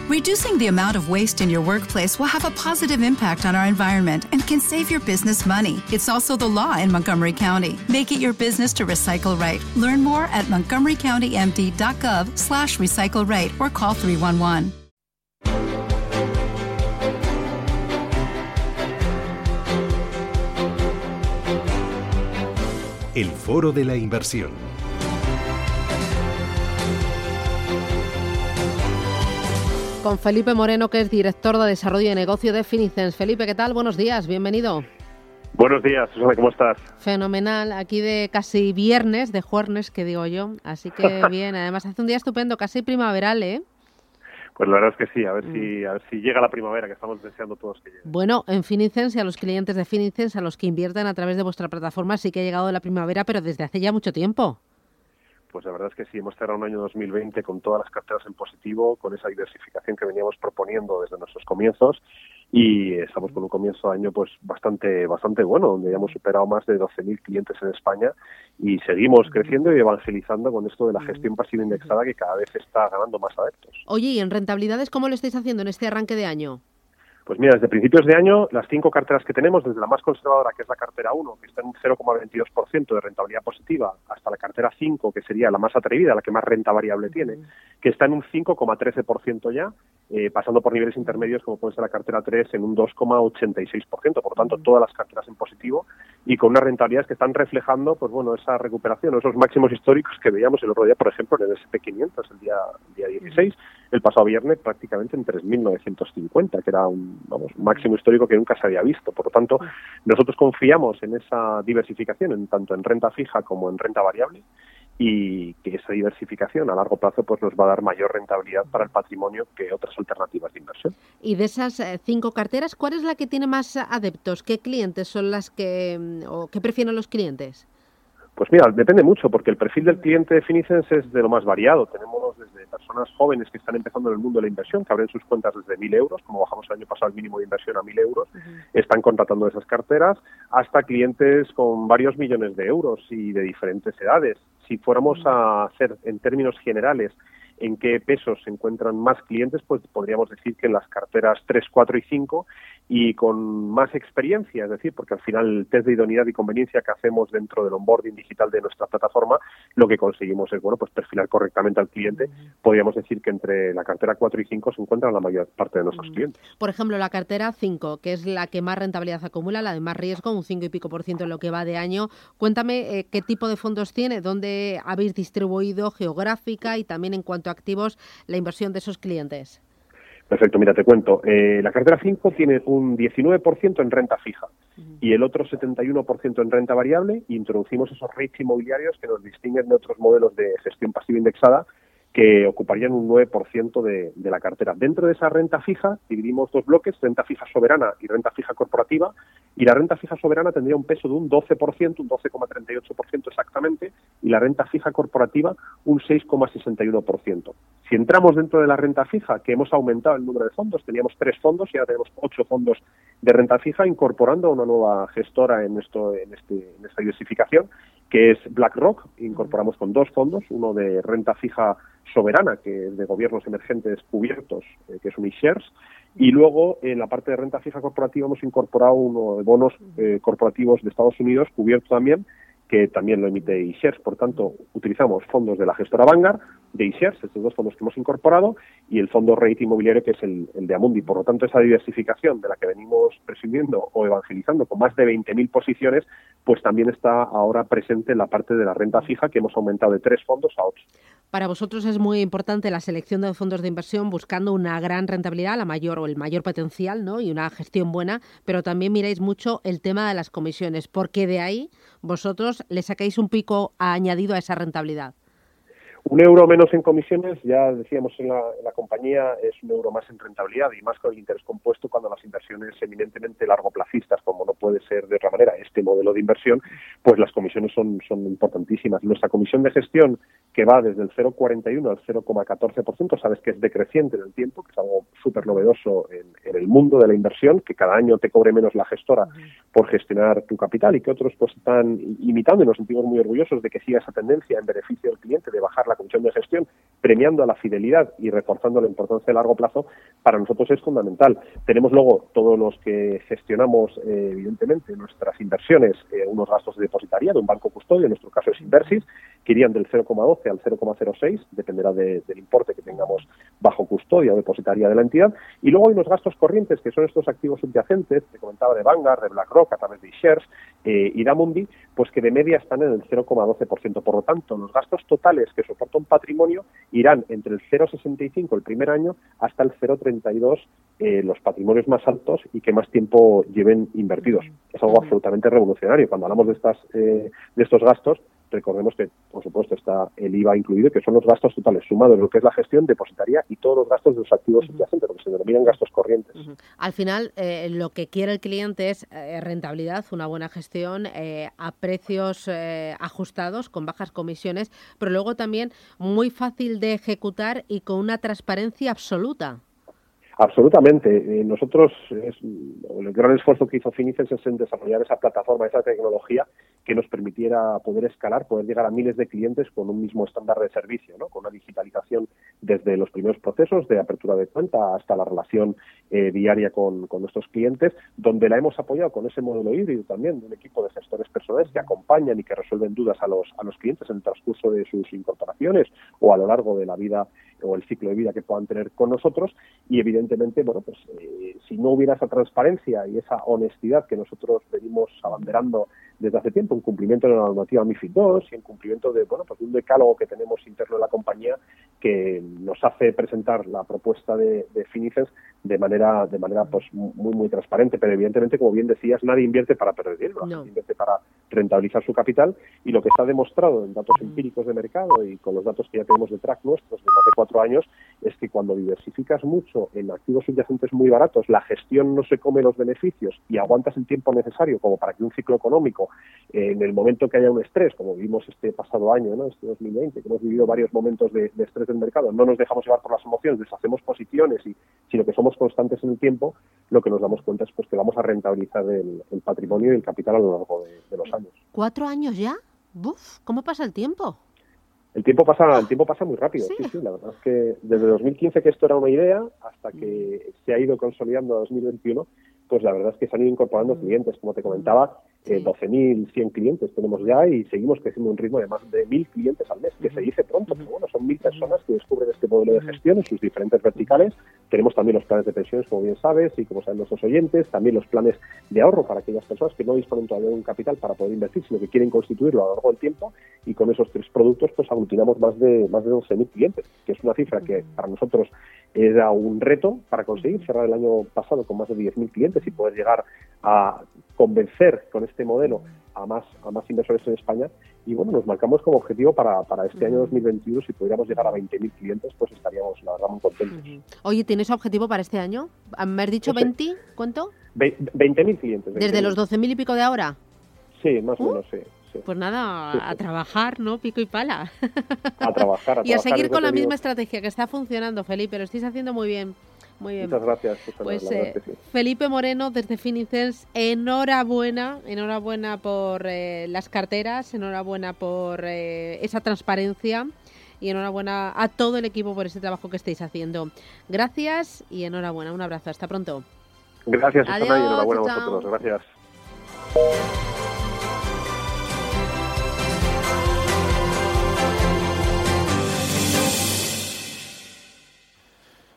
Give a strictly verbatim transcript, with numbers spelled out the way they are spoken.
Reducing the amount of waste in your workplace will have a positive impact on our environment and can save your business money. It's also the law in Montgomery County. Make it your business to recycle right. Learn more at montgomery county m d dot gov slash recycle right or call three one one. El Foro de la Inversión. Con Felipe Moreno, que es director de Desarrollo de Negocio de Finicens. Felipe, ¿qué tal? Buenos días, bienvenido. Buenos días, Susana, ¿cómo estás? Fenomenal, aquí de casi viernes, de jueves, que digo yo, así que bien. Además hace un día estupendo, casi primaveral, ¿eh? Pues la verdad es que sí, a ver, mm. si, a ver si llega la primavera, que estamos deseando todos que llegue. Bueno, en Finicens y a los clientes de Finicens, a los que invierten a través de vuestra plataforma, sí que ha llegado la primavera, pero desde hace ya mucho tiempo. Pues la verdad es que sí, hemos cerrado un año dos mil veinte con todas las carteras en positivo, con esa diversificación que veníamos proponiendo desde nuestros comienzos, y estamos con un comienzo de año pues bastante bastante bueno, donde ya hemos superado más de doce mil clientes en España y seguimos creciendo y evangelizando con esto de la gestión pasiva indexada, que cada vez está ganando más adeptos. Oye, ¿y en rentabilidades cómo lo estáis haciendo en este arranque de año? Pues mira, desde principios de año, las cinco carteras que tenemos, desde la más conservadora, que es la cartera uno, que está en un cero coma veintidós por ciento de rentabilidad positiva, hasta la cartera cinco, que sería la más atrevida, la que más renta variable tiene, que está en un cinco coma trece por ciento ya, eh, pasando por niveles intermedios, como puede ser la cartera tres, en un dos coma ochenta y seis por ciento. Por lo tanto, todas las carteras en positivo y con unas rentabilidades que están reflejando, pues bueno, esa recuperación, esos máximos históricos que veíamos el otro día, por ejemplo, en el ese and pe quinientos, el día, el día dieciséis, el pasado viernes, prácticamente en tres mil novecientos cincuenta, que era un vamos máximo histórico que nunca se había visto. Por lo tanto, nosotros confiamos en esa diversificación, en tanto en renta fija como en renta variable, y que esa diversificación a largo plazo pues nos va a dar mayor rentabilidad para el patrimonio que otras alternativas de inversión. Y de esas eh, cinco carteras, ¿cuál es la que tiene más adeptos? ¿Qué clientes son las que o qué prefieren los clientes? Pues mira, depende mucho, porque el perfil del cliente de Finicens es de lo más variado. Tenemos desde personas jóvenes que están empezando en el mundo de la inversión, que abren sus cuentas desde mil euros, como bajamos el año pasado el mínimo de inversión a mil euros, uh-huh. están contratando esas carteras, hasta clientes con varios millones de euros y de diferentes edades. Si fuéramos uh-huh. a hacer en términos generales en qué pesos se encuentran más clientes, pues podríamos decir que en las carteras tres, cuatro y cinco, y con más experiencia, es decir, porque al final el test de idoneidad y conveniencia que hacemos dentro del onboarding digital de nuestra plataforma, lo que conseguimos es, bueno, pues perfilar correctamente al cliente. Podríamos decir que entre la cartera cuatro y cinco se encuentran la mayor parte de nuestros clientes. Por ejemplo, la cartera cinco, que es la que más rentabilidad acumula, la de más riesgo, un cinco y pico por ciento en lo que va de año. Cuéntame eh, qué tipo de fondos tiene, dónde habéis distribuido geográfica y también en cuanto a activos la inversión de esos clientes. Perfecto, mira, te cuento. Eh, la cartera cinco tiene un diecinueve por ciento en renta fija uh-huh. y el otro setenta y uno por ciento en renta variable, y introducimos esos rates inmobiliarios que nos distinguen de otros modelos de gestión pasiva indexada que ocuparían un nueve por ciento de, de la cartera. Dentro de esa renta fija dividimos dos bloques, renta fija soberana y renta fija corporativa, y la renta fija soberana tendría un peso de un doce por ciento, un doce coma treinta y ocho por ciento exactamente, y la renta fija corporativa un seis coma sesenta y uno por ciento. Si entramos dentro de la renta fija, que hemos aumentado el número de fondos, teníamos tres fondos y ahora tenemos ocho fondos de renta fija, incorporando a una nueva gestora en esto, en este, en esta diversificación, que es BlackRock. Incorporamos con dos fondos, uno de renta fija soberana, que es de gobiernos emergentes cubiertos, eh, que es un iShares, y luego en la parte de renta fija corporativa hemos incorporado uno de bonos eh, corporativos de Estados Unidos, cubierto también, que también lo emite iShares. Por tanto, utilizamos fondos de la gestora Vanguard, de iShares, estos dos fondos que hemos incorporado, y el fondo Rate Inmobiliario, que es el, el de Amundi. Por lo tanto, esa diversificación de la que venimos presumiendo o evangelizando con más de veinte mil posiciones, pues también está ahora presente en la parte de la renta fija, que hemos aumentado de tres fondos a ocho. Para vosotros es muy importante la selección de fondos de inversión buscando una gran rentabilidad, la mayor o el mayor potencial, ¿no? Y una gestión buena, pero también miráis mucho el tema de las comisiones, porque de ahí vosotros le sacáis un pico añadido a esa rentabilidad. Un euro menos en comisiones, ya decíamos en la, en la compañía, es un euro más en rentabilidad, y más con el interés compuesto cuando las inversiones eminentemente largoplacistas, como no puede ser de otra manera este modelo de inversión, pues pues las comisiones son, son importantísimas. Nuestra comisión de gestión, que va desde el cero coma cuarenta y uno al cero coma catorce por ciento, sabes que es decreciente en el tiempo, que es algo súper novedoso en, en el mundo de la inversión, que cada año te cobre menos la gestora por gestionar tu capital, y que otros pues están imitando, y nos sentimos muy orgullosos de que siga esa tendencia en beneficio del cliente de bajar la comisión de gestión, premiando a la fidelidad y reforzando la importancia a largo plazo. Para nosotros es fundamental. Tenemos luego todos los que gestionamos, eh, evidentemente, nuestras inversiones, eh, unos gastos de depositaría de un banco custodio, en nuestro caso es Inversis, que irían del cero coma doce al cero coma cero seis, dependerá de, del importe que tengamos bajo custodia o depositaría de la entidad. Y luego hay unos gastos corrientes, que son estos activos subyacentes, te comentaba de Vanguard, de BlackRock, a través de iShares eh, y Damundi, pues que de media están en el cero coma doce por ciento. Por lo tanto, los gastos totales que soporta un patrimonio irán entre el cero coma sesenta y cinco el primer año hasta el cero coma treinta y dos eh, los patrimonios más altos y que más tiempo lleven invertidos. Es algo absolutamente revolucionario. Cuando hablamos de estas eh, de estos gastos, recordemos que, por supuesto, está el I V A incluido, que son los gastos totales sumados en lo que es la gestión, depositaría y todos los gastos de los activos uh-huh. subyacentes, lo que se denominan gastos corrientes. Uh-huh. Al final, eh, lo que quiere el cliente es eh, rentabilidad, una buena gestión, eh, a precios eh, ajustados, con bajas comisiones, pero luego también muy fácil de ejecutar y con una transparencia absoluta. Absolutamente. Eh, nosotros, es, el gran esfuerzo que hizo Finicens es en desarrollar esa plataforma, esa tecnología que nos permitiera poder escalar, poder llegar a miles de clientes con un mismo estándar de servicio, ¿no? Con una digitalización desde los primeros procesos de apertura de cuenta hasta la relación eh, diaria con, con nuestros clientes, donde la hemos apoyado con ese modelo híbrido también de un equipo de gestores personales que acompañan y que resuelven dudas a los, a los clientes en el transcurso de sus incorporaciones o a lo largo de la vida o el ciclo de vida que puedan tener con nosotros. Y evidentemente, bueno, pues eh, si no hubiera esa transparencia y esa honestidad que nosotros venimos abanderando desde hace tiempo, en cumplimiento de la normativa MiFID dos y en cumplimiento de, bueno, pues de un decálogo que tenemos interno en la compañía que nos hace presentar la propuesta de, de Finicens de manera, de manera pues muy, muy transparente. Pero evidentemente, como bien decías, nadie invierte para perder dinero, no. Nadie invierte para rentabilizar su capital, y lo que está demostrado en datos empíricos de mercado y con los datos que ya tenemos de track nuestros de más de cuatro años es que cuando diversificas mucho en activos subyacentes muy baratos, la gestión no se come los beneficios y aguantas el tiempo necesario como para que un ciclo económico, eh, en el momento que haya un estrés, como vivimos este pasado año, ¿no? Este dos mil veinte, que hemos vivido varios momentos de, de estrés del mercado, no nos dejamos llevar por las emociones, deshacemos posiciones, y, sino que somos constantes en el tiempo, lo que nos damos cuenta es pues que vamos a rentabilizar el, el patrimonio y el capital a lo largo de, de los años. ¿Cuatro años ya? Buf, ¿cómo pasa el tiempo? El tiempo pasa, el tiempo pasa muy rápido, sí. sí, sí, la verdad es que desde dos mil quince que esto era una idea hasta que se ha ido consolidando a dos mil veintiuno, pues la verdad es que se han ido incorporando mm. clientes, como te comentaba, sí. eh, doce mil cien clientes tenemos ya y seguimos creciendo a un ritmo de más de mil clientes al mes, que mm. se dice pronto, pero bueno, son mil personas que descubren este modelo de gestión en sus diferentes verticales. Tenemos también los planes de pensiones, como bien sabes, y como saben nuestros oyentes, también los planes de ahorro para aquellas personas que no disponen todavía de un capital para poder invertir, sino que quieren constituirlo a lo largo del tiempo, y con esos tres productos pues aglutinamos más de más de doce mil clientes, que es una cifra que para nosotros era un reto para conseguir cerrar el año pasado con más de diez mil clientes y poder llegar a convencer con este modelo a más a más inversores en España. Y bueno, nos marcamos como objetivo para, para este año dos mil veintiuno, si pudiéramos llegar a veinte mil clientes, pues estaríamos, la verdad, muy contentos. Uh-huh. Oye, ¿tienes objetivo para este año? ¿Me has dicho veinte? ¿Cuánto? veinte mil clientes. ¿Desde veinte mil. Los doce mil y pico de ahora? Sí, más o uh. menos, sí. Sí. Pues nada, sí, sí. a trabajar, ¿no? Pico y pala. A trabajar, a Y a trabajar, seguir con la misma estrategia que está funcionando, Felipe, lo estáis haciendo muy bien. Muy bien. Muchas gracias. Pues eh, sí. Felipe Moreno, desde Finicens, enhorabuena, enhorabuena por eh, las carteras, enhorabuena por eh, esa transparencia y enhorabuena a todo el equipo por ese trabajo que estáis haciendo. Gracias y enhorabuena, un abrazo, hasta pronto. Gracias, Susana, y enhorabuena a vosotros, gracias.